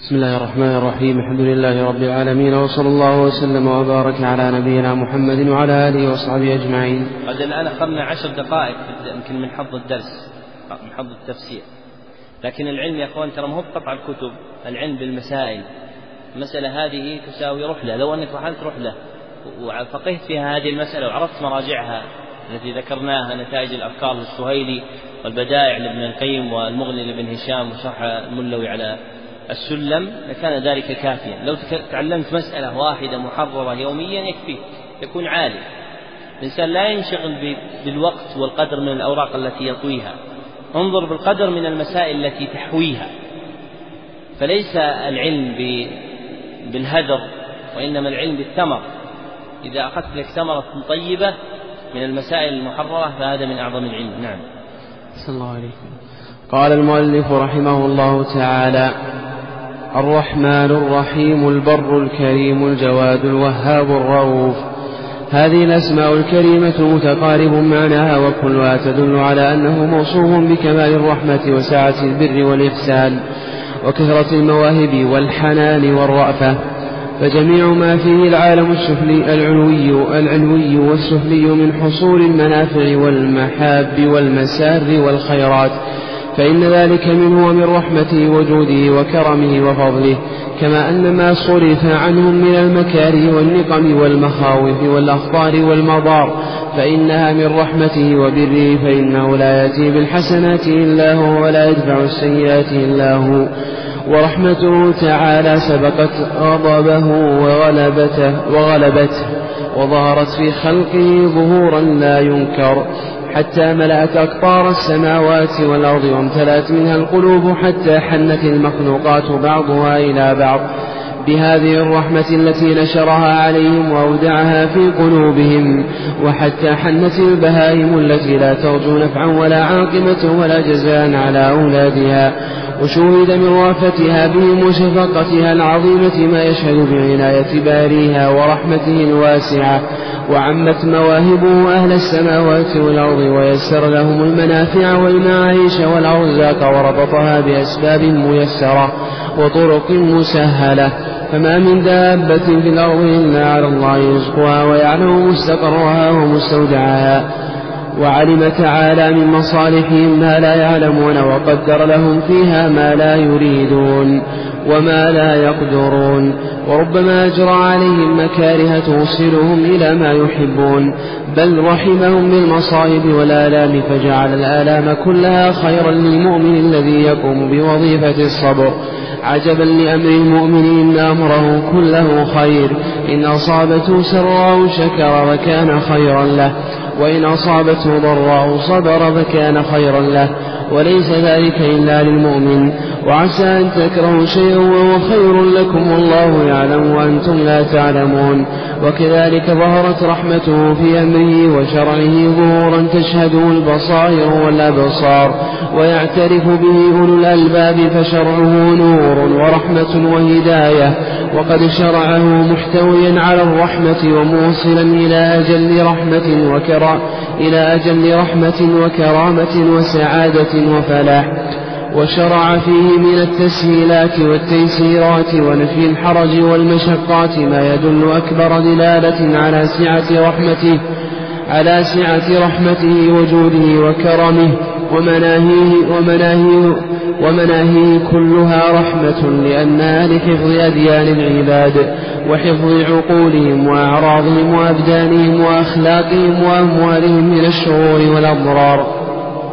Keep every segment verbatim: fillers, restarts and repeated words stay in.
بسم الله الرحمن الرحيم. الحمد لله رب العالمين، وصلى الله وسلم وبارك على نبينا محمد وعلى آله وصحبه أجمعين. قد الآن أخذنا عشر دقائق يمكن من حفظ الدرس، من حفظ التفسير، لكن العلم يا أخوان ترى مو بقطع الكتب، العلم بالمسائل. المسألة هذه تساوي رحلة، لو أنك رحلت رحلة وفقهت فيها هذه المسألة وعرفت مراجعها التي ذكرناها، نتائج الأفكار للسهيلي والبدائع لابن القيم والمغني لابن هشام وشرح الملوي على السلم، لكان ذلك كافيا. لو تعلمت مسألة واحدة محررة يوميا يكفي، يكون عالم. الإنسان لا ينشغل بالوقت والقدر من الأوراق التي يطويها، انظر بالقدر من المسائل التي تحويها. فليس العلم بالهدر، وإنما العلم بالثمر. إذا أخذت لك ثمرة طيبة من المسائل المحررة فهذا من أعظم العلم. نعم. صلى الله عليكم. قال المؤلف رحمه الله تعالى: الرحمن الرحيم البر الكريم الجواد الوهاب الرؤوف. هذه الأسماء الكريمة متقارب معناها، وكلها تدل على أنه موصوف بكمال الرحمة وسعة البر والإحسان وكثرة المواهب والحنان والرأفة. فجميع ما فيه العالم السفلي العلوي العلوي والسفلي من حصول المنافع والمحاب والمسار والخيرات، فإن ذلك منه ومن رحمته وجوده وكرمه وفضله، كما أن ما صرف عنهم من المكاره والنقم والمخاوف والأخطار والمضار فإنها من رحمته وبره، فإنه لا يأتي بالحسنات إلا هو ولا يدفع السيئات إلا هو. ورحمته تعالى سبقت غضبه وغلبته, وغلبته وظهرت في خلقه ظهورا لا ينكر، حتى ملأت أقطار السماوات والأرض وامتلأت منها القلوب، حتى حنت المخلوقات بعضها إلى بعض بهذه الرحمة التي نشرها عليهم وأودعها في قلوبهم، وحتى حنت البهائم التي لا ترجو نفعا ولا عاقبة ولا جزاء على أولادها، وشهد من رافتها بهم وشفقتها العظيمة ما يشهد بعناية باريها ورحمته الواسعة. وعمت مواهبه أهل السماوات والأرض ويسر لهم المنافع والمعايش والأرزاق، وربطها بأسباب ميسرة وطرق مسهلة، فما من دابة في الأرض إلا على الله رزقها ويعلم مستقرها ومستودعها. وعلم تعالى من مصالحهم ما لا يعلمون، وقدر لهم فيها ما لا يريدون وما لا يقدرون، وربما أجرى عليهم مكاره توصلهم إلى ما يحبون، بل رحمهم بالمصائب والآلام، فجعل الآلام كلها خيرا للمؤمن الذي يقوم بوظيفة الصبر. عجبا لأمر المؤمن إن أمره كله خير، إن أصابته سراء شكر فكان خيرا له، وإن أصابته ضراء صبر فكان خيرا له، وليس ذلك إلا للمؤمن. وعسى أن تكرهوا شيئا وهو خير لكم والله يعلم وأنتم لا تعلمون. وكذلك ظهرت رحمته في أمره وشرعه ظهورا تشهده البصائر والأبصار ويعترف به أولو الألباب، فشرعه نور ورحمة وهداية، وقد شرعه محتويا على الرحمة وموصلا إلى أجل رحمة وكرا إلى أجل رحمة وكرامة وسعادة وفلاح. وشرع فيه من التسهيلات والتيسيرات ونفي الحرج والمشقات ما يدل أكبر دلالة على سعة رحمته على سعة رحمته وجوده وكرمه، ومناهيه ومناهيه ومناهيه كلها رحمة، لأنها لحفظ أديان العباد وحفظ عقولهم وأعراضهم وأبدانهم وأخلاقهم وأموالهم من الشرور والأضرار.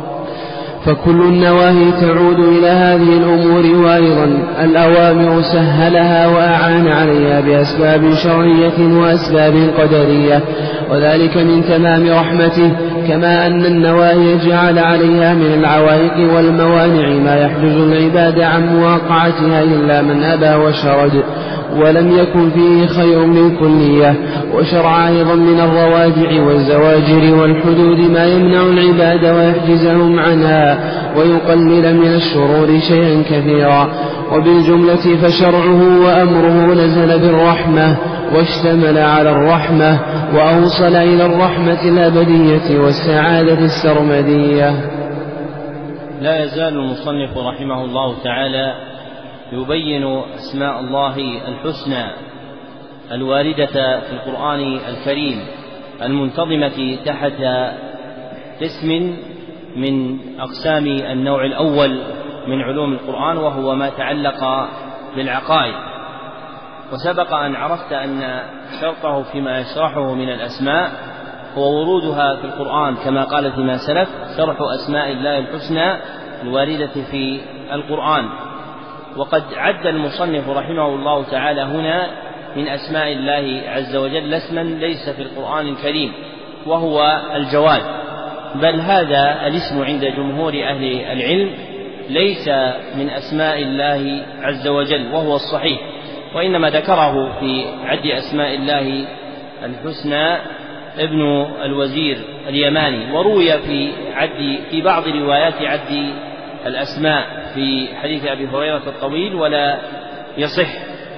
فكل النواهي تعود إلى هذه الأمور، وأيضا الأوامر سهلها وأعان عليها بأسباب شرعية وأسباب قدرية، وذلك من تمام رحمته، كما أن النواهي جعل عليها من العوائق والموانع ما يحجز العباد عن مواقعتها إلا من أبى وشرد ولم يكن فيه خير من كلية. وشرع أيضا من الروادع والزواجر والحدود ما يمنع العباد ويحجزهم عنها ويقلل من الشرور شيئا كثيرا. وبالجملة فشرعه وأمره نزل بالرحمة واشتمل على الرحمة وأوصل إلى الرحمة الأبدية والسعادة السرمدية. لا يزال المصنف رحمه الله تعالى يبين أسماء الله الحسنى الواردة في القرآن الكريم المنتظمة تحت قسم من أقسام النوع الأول من علوم القرآن، وهو ما تعلق بالعقائد. وسبق أن عرفت أن شرطه فيما يشرحه من الأسماء هو ورودها في القرآن كما قال فيما سلف، شرح أسماء الله الحسنى الواردة في القرآن. وقد عد المصنف رحمه الله تعالى هنا من أسماء الله عز وجل اسما ليس في القرآن الكريم، وهو الجواد، بل هذا الاسم عند جمهور أهل العلم ليس من أسماء الله عز وجل وهو الصحيح، وإنما ذكره في عد أسماء الله الحسنى ابن الوزير اليماني. وروي في عد في بعض روايات عد الأسماء في حديث أبي هريرة الطويل ولا يصح.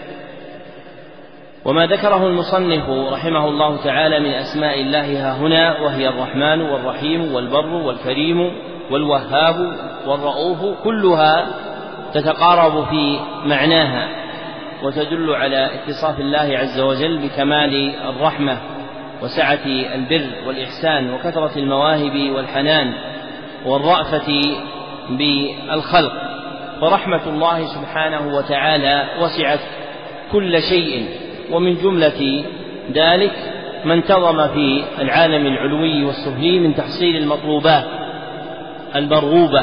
وما ذكره المصنف رحمه الله تعالى من أسماء الله ها هنا وهي الرحمن والرحيم والبر والكريم والوهاب والرؤوف كلها تتقارب في معناها وتدل على اتصاف الله عز وجل بكمال الرحمة وسعة البر والإحسان وكثرة المواهب والحنان والرأفة بالخلق. فرحمة الله سبحانه وتعالى وسعت كل شيء، ومن جملة ذلك ما انتظم في العالم العلوي والسفلي من تحصيل المطلوبات المرغوبة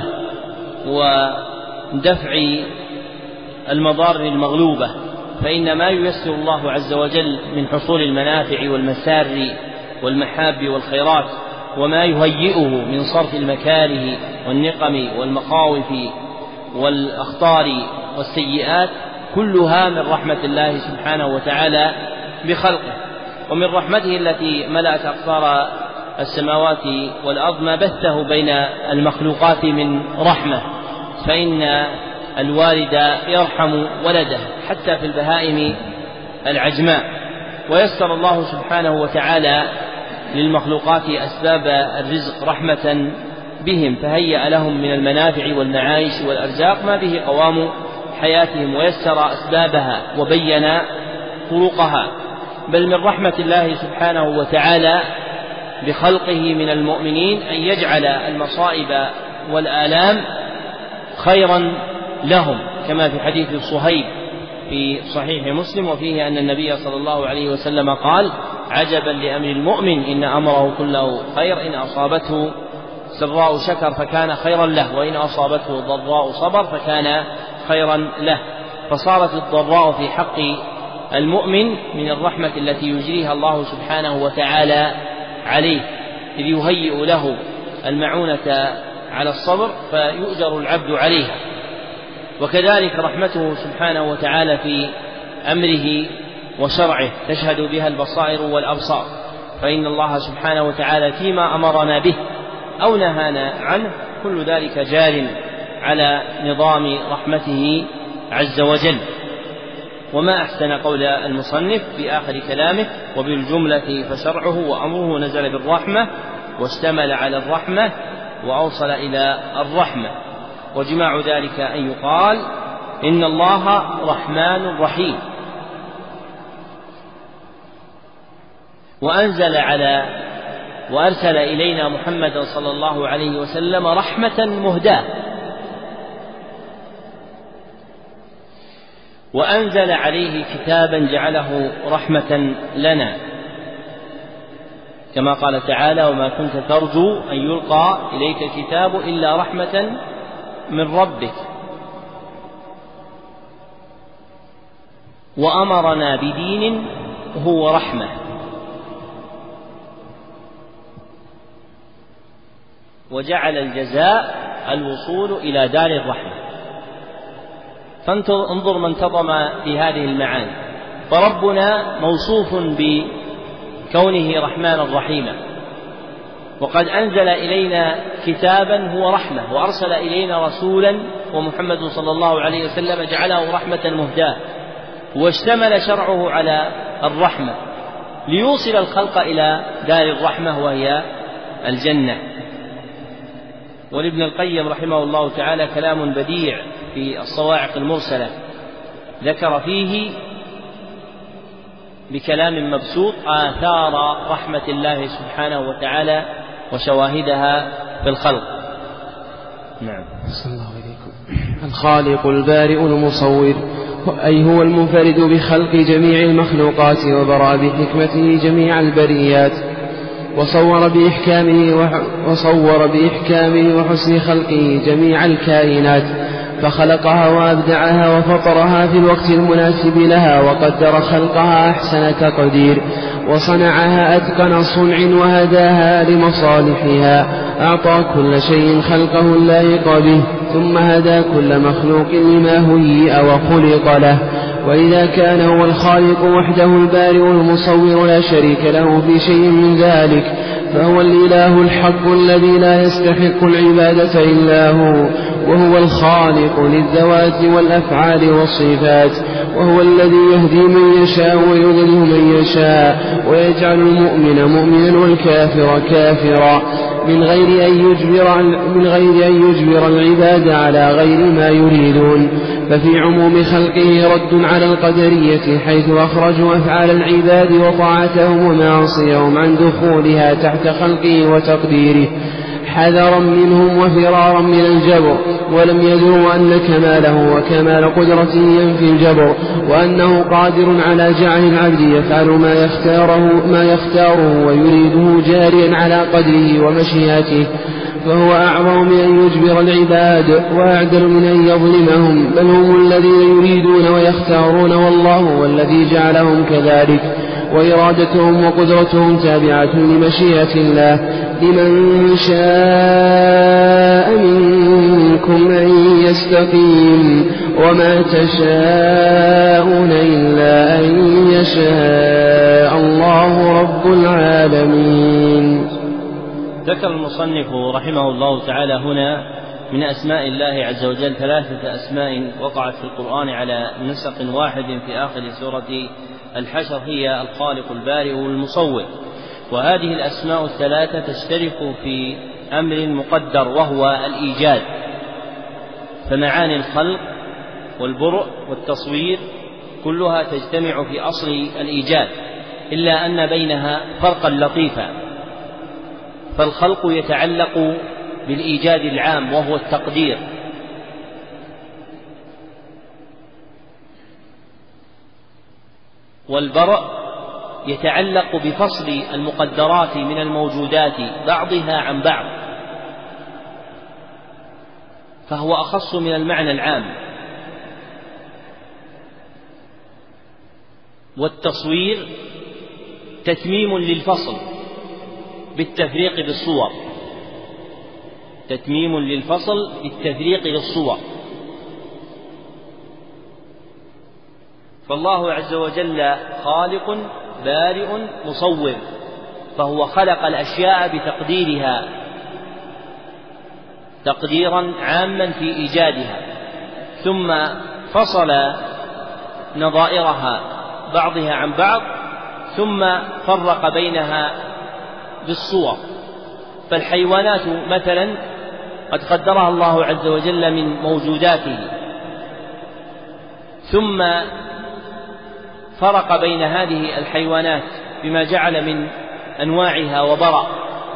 ودفع المضار المغلوبة، فإن ما ييسر الله عز وجل من حصول المنافع والمسار والمحاب والخيرات، وما يهيئه من صرف المكاره والنقم والمخاوف والأخطار والسيئات، كلها من رحمة الله سبحانه وتعالى بخلقه. ومن رحمته التي ملأت أقطار السماوات والأرض ما بثه بين المخلوقات من رحمة، فإن الوالد يرحم ولده حتى في البهائم العجماء. ويسر الله سبحانه وتعالى للمخلوقات أسباب الرزق رحمة بهم، فهيأ لهم من المنافع والمعايش والأرزاق ما به قوام حياتهم، ويسر أسبابها وبين طرقها. بل من رحمة الله سبحانه وتعالى بخلقه من المؤمنين أن يجعل المصائب والآلام خيرا لهم، كما في حديث صهيب في صحيح مسلم وفيه أن النبي صلى الله عليه وسلم قال: عجبا لأمر المؤمن إن أمره كله خير، إن أصابته سراء شكر فكان خيرا له، وإن أصابته ضراء صبر فكان خيرا له. فصارت الضراء في حق المؤمن من الرحمة التي يجريها الله سبحانه وتعالى عليه، إذ يهيئ له المعونة على الصبر فيؤجر العبد عليها. وكذلك رحمته سبحانه وتعالى في أمره وشرعه تشهد بها البصائر والأبصار، فإن الله سبحانه وتعالى فيما أمرنا به أو نهانا عنه كل ذلك جار على نظام رحمته عز وجل. وما أحسن قول المصنف في آخر كلامه: وبالجملة فشرعه وأمره نزل بالرحمة واشتمل على الرحمة وأوصل إلى الرحمة. وجماع ذلك أن يقال إن الله رحمن رحيم، وأنزل على وأرسل إلينا محمدا صلى الله عليه وسلم رحمة مهداة، وأنزل عليه كتابا جعله رحمة لنا، كما قال تعالى: وما كنت ترجو أن يلقى إليك الكتاب إلا رحمة من ربك. وأمرنا بدين هو رحمة، وجعل الجزاء الوصول إلى دار الرحمة. فانظر ما انتظم في هذه المعاني. فربنا موصوف بكونه رحمنا رحيما، وقد أنزل إلينا كتابا هو رحمة، وأرسل إلينا رسولا ومحمد صلى الله عليه وسلم جعله رحمة مهداة، واشتمل شرعه على الرحمة ليوصل الخلق إلى دار الرحمة وهي الجنة. ولابن القيم رحمه الله تعالى كلام بديع في الصواعق المرسلة ذكر فيه بكلام مبسوط آثار رحمة الله سبحانه وتعالى وشواهدها في الخلق. نعم. صلى الله عليكم. الخالق البارئ المصور، أي هو المنفرد بخلق جميع المخلوقات وبرأ بحكمته جميع البريات، وصور بإحكامه وصور بإحكامه وحسن خلقه جميع الكائنات، فخلقها وأبدعها وفطرها في الوقت المناسب لها، وقدر خلقها أحسن تقدير، وصنعها أتقن صنع، وهداها لمصالحها، أعطى كل شيء خلقه اللائق به، ثم هدى كل مخلوق لما هيئ وخلق له. وإذا كان هو الخالق وحده البارئ المصور لا شريك له في شيء من ذلك، فهو الإله الحق الذي لا يستحق العبادة إلا هو، وهو الخالق للذوات والأفعال والصفات، وهو الذي يهدي من يشاء ويضل من يشاء، ويجعل المؤمن مؤمنا والكافر كافرا، من غير أن يجبر من غير أن يجبر العباد على غير ما يريدون. ففي عموم خلقه رد على القدرية، حيث أخرجوا أفعال العباد وطاعتهم ومعاصيهم عن دخولها تحت خلقه وتقديره، حذرا منهم وفرارا من الجبر، ولم يدروا أن كماله وكمال قدرته ينفي الجبر، وأنه قادر على جعل العبد يفعل ما يختاره, ما يختاره ويريده جاريا على قدره ومشيئته، فهو أعظم من أن يجبر العباد، وأعدل من أن يظلمهم، بل هم الذين يريدون ويختارون، والله هو الذي جعلهم كذلك، وإرادتهم وقدرتهم تابعة لمشيئة الله. لمن شاء منكم أن يستقيم، وما تشاءون إلا أن يشاء الله رب العالمين. ذكر المصنف رحمه الله تعالى هنا من أسماء الله عز وجل ثلاثة أسماء وقعت في القرآن على نسق واحد في آخر سورة الحشر، هي الخالق البارئ والمصور. وهذه الأسماء الثلاثة تشترك في أمر مقدر وهو الإيجاد، فمعاني الخلق والبرء والتصوير كلها تجتمع في أصل الإيجاد، إلا أن بينها فرقا لطيفا. فالخلق يتعلق بالإيجاد العام وهو التقدير، والبرء يتعلق بفصل المقدرات من الموجودات بعضها عن بعض، فهو أخص من المعنى العام. والتصوير تتميم للفصل بالتفريق بالصور، تتميم للفصل بالتفريق بالصور. فالله عز وجل خالق بارئ مصور، فهو خلق الأشياء بتقديرها تقديرا عاما في إيجادها، ثم فصل نظائرها بعضها عن بعض، ثم فرق بينها بالصور. فالحيوانات مثلا قد قدرها الله عز وجل من موجوداته، ثم فرق بين هذه الحيوانات بما جعل من أنواعها وبرأ.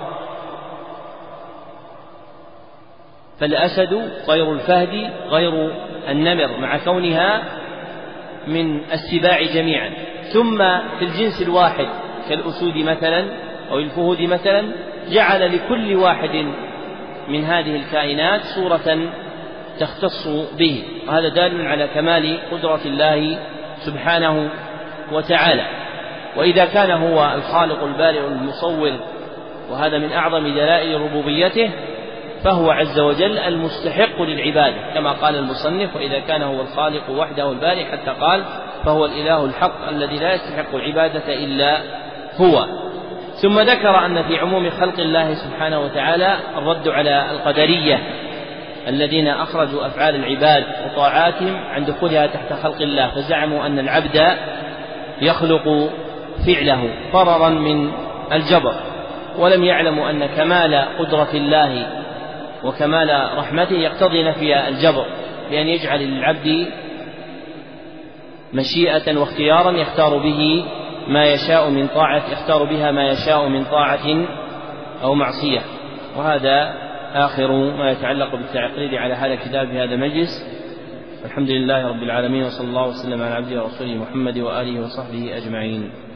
فالأسد غير الفهد غير النمر مع كونها من السباع جميعا. ثم في الجنس الواحد كالأسود مثلا أو الفهود مثلا جعل لكل واحد من هذه الكائنات صورة تختص به، وهذا دال على كمال قدرة الله سبحانه وتعالى. وإذا كان هو الخالق البارئ المصور، وهذا من أعظم دلائل ربوبيته، فهو عز وجل المستحق للعبادة كما قال المصنف: وإذا كان هو الخالق وحده البارئ، حتى قال: فهو الإله الحق الذي لا يستحق العبادة إلا هو. ثم ذكر أن في عموم خلق الله سبحانه وتعالى الرد على القدرية الذين أخرجوا أفعال العباد وطاعاتهم عن دخولها تحت خلق الله، فزعموا أن العبد يخلق فعله فررا من الجبر، ولم يعلموا أن كمال قدرة الله وكمال رحمته يقتضي نفي الجبر، بأن يجعل للعبد مشيئة واختيارا يختار به ما يشاء من طاعة يختار بها ما يشاء من طاعة أو معصية. وهذا آخر ما يتعلق بالتعقيد على هذا الكتاب في هذا المجلس. الحمد لله رب العالمين، وصلى الله وسلم على عبده ورسوله محمد وآله وصحبه أجمعين.